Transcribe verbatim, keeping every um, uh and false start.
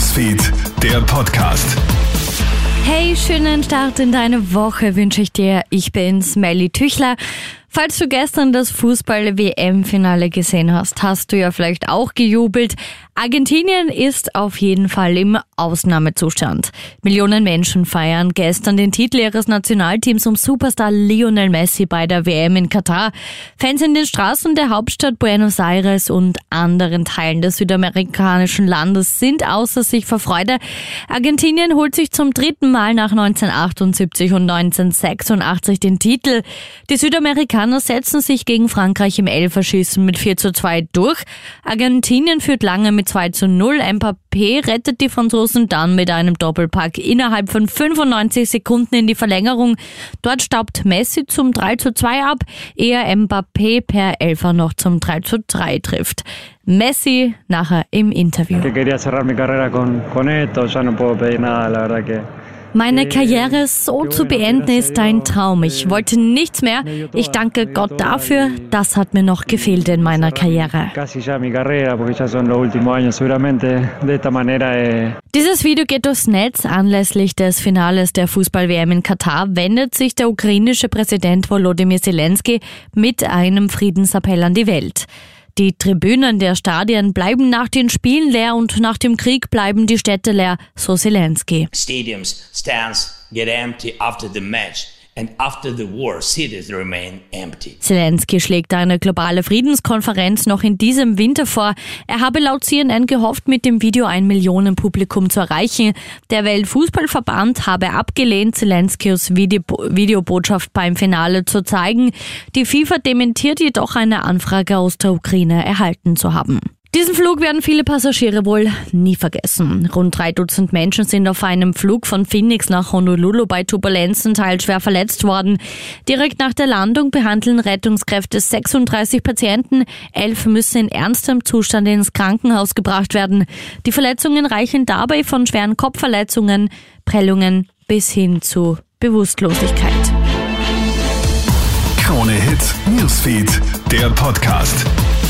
Newsfeed, der Podcast. Hey, schönen Start in deine Woche wünsche ich dir. Ich bin's, Melly Tüchler. Falls du gestern das Fußball-W M-Finale gesehen hast, hast du ja vielleicht auch gejubelt. Argentinien ist auf jeden Fall im Ausnahmezustand. Millionen Menschen feiern gestern den Titel ihres Nationalteams um Superstar Lionel Messi bei der W M in Katar. Fans in den Straßen der Hauptstadt Buenos Aires und anderen Teilen des südamerikanischen Landes sind außer sich vor Freude. Argentinien holt sich zum dritten Mal nach neunzehnhundertachtundsiebzig und neunzehnhundertsechsundachtzig den Titel. Die Südamerikaner setzen sich gegen Frankreich im Elferschießen mit vier zu zwei durch. Argentinien führt lange mit zwei zu null. Mbappé rettet die Franzosen dann mit einem Doppelpack innerhalb von fünfundneunzig Sekunden in die Verlängerung. Dort staubt Messi zum drei zu zwei ab, ehe Mbappé per Elfer noch zum drei zu drei trifft. Messi nachher im Interview. Meine Karriere so zu beenden ist ein Traum. Ich wollte nichts mehr. Ich danke Gott dafür. Das hat mir noch gefehlt in meiner Karriere. Dieses Video geht durchs Netz. Anlässlich des Finales der Fußball-W M in Katar wendet sich der ukrainische Präsident Volodymyr Zelensky mit einem Friedensappell an die Welt. Die Tribünen der Stadien bleiben nach den Spielen leer und nach dem Krieg bleiben die Städte leer, so Zelensky. Stadiums, stands get empty after the match. And after the war, cities remain empty. Zelensky schlägt eine globale Friedenskonferenz noch in diesem Winter vor. Er habe laut C N N gehofft, mit dem Video ein Millionenpublikum zu erreichen. Der Weltfußballverband habe abgelehnt, Zelenskys Video- Videobotschaft beim Finale zu zeigen. Die FIFA dementiert jedoch, eine Anfrage aus der Ukraine erhalten zu haben. Diesen Flug werden viele Passagiere wohl nie vergessen. Rund drei Dutzend Menschen sind auf einem Flug von Phoenix nach Honolulu bei Turbulenzen teils schwer verletzt worden. Direkt nach der Landung behandeln Rettungskräfte sechsunddreißig Patienten. Elf müssen in ernstem Zustand ins Krankenhaus gebracht werden. Die Verletzungen reichen dabei von schweren Kopfverletzungen, Prellungen bis hin zu Bewusstlosigkeit. Krone Hit Newsfeed, der Podcast.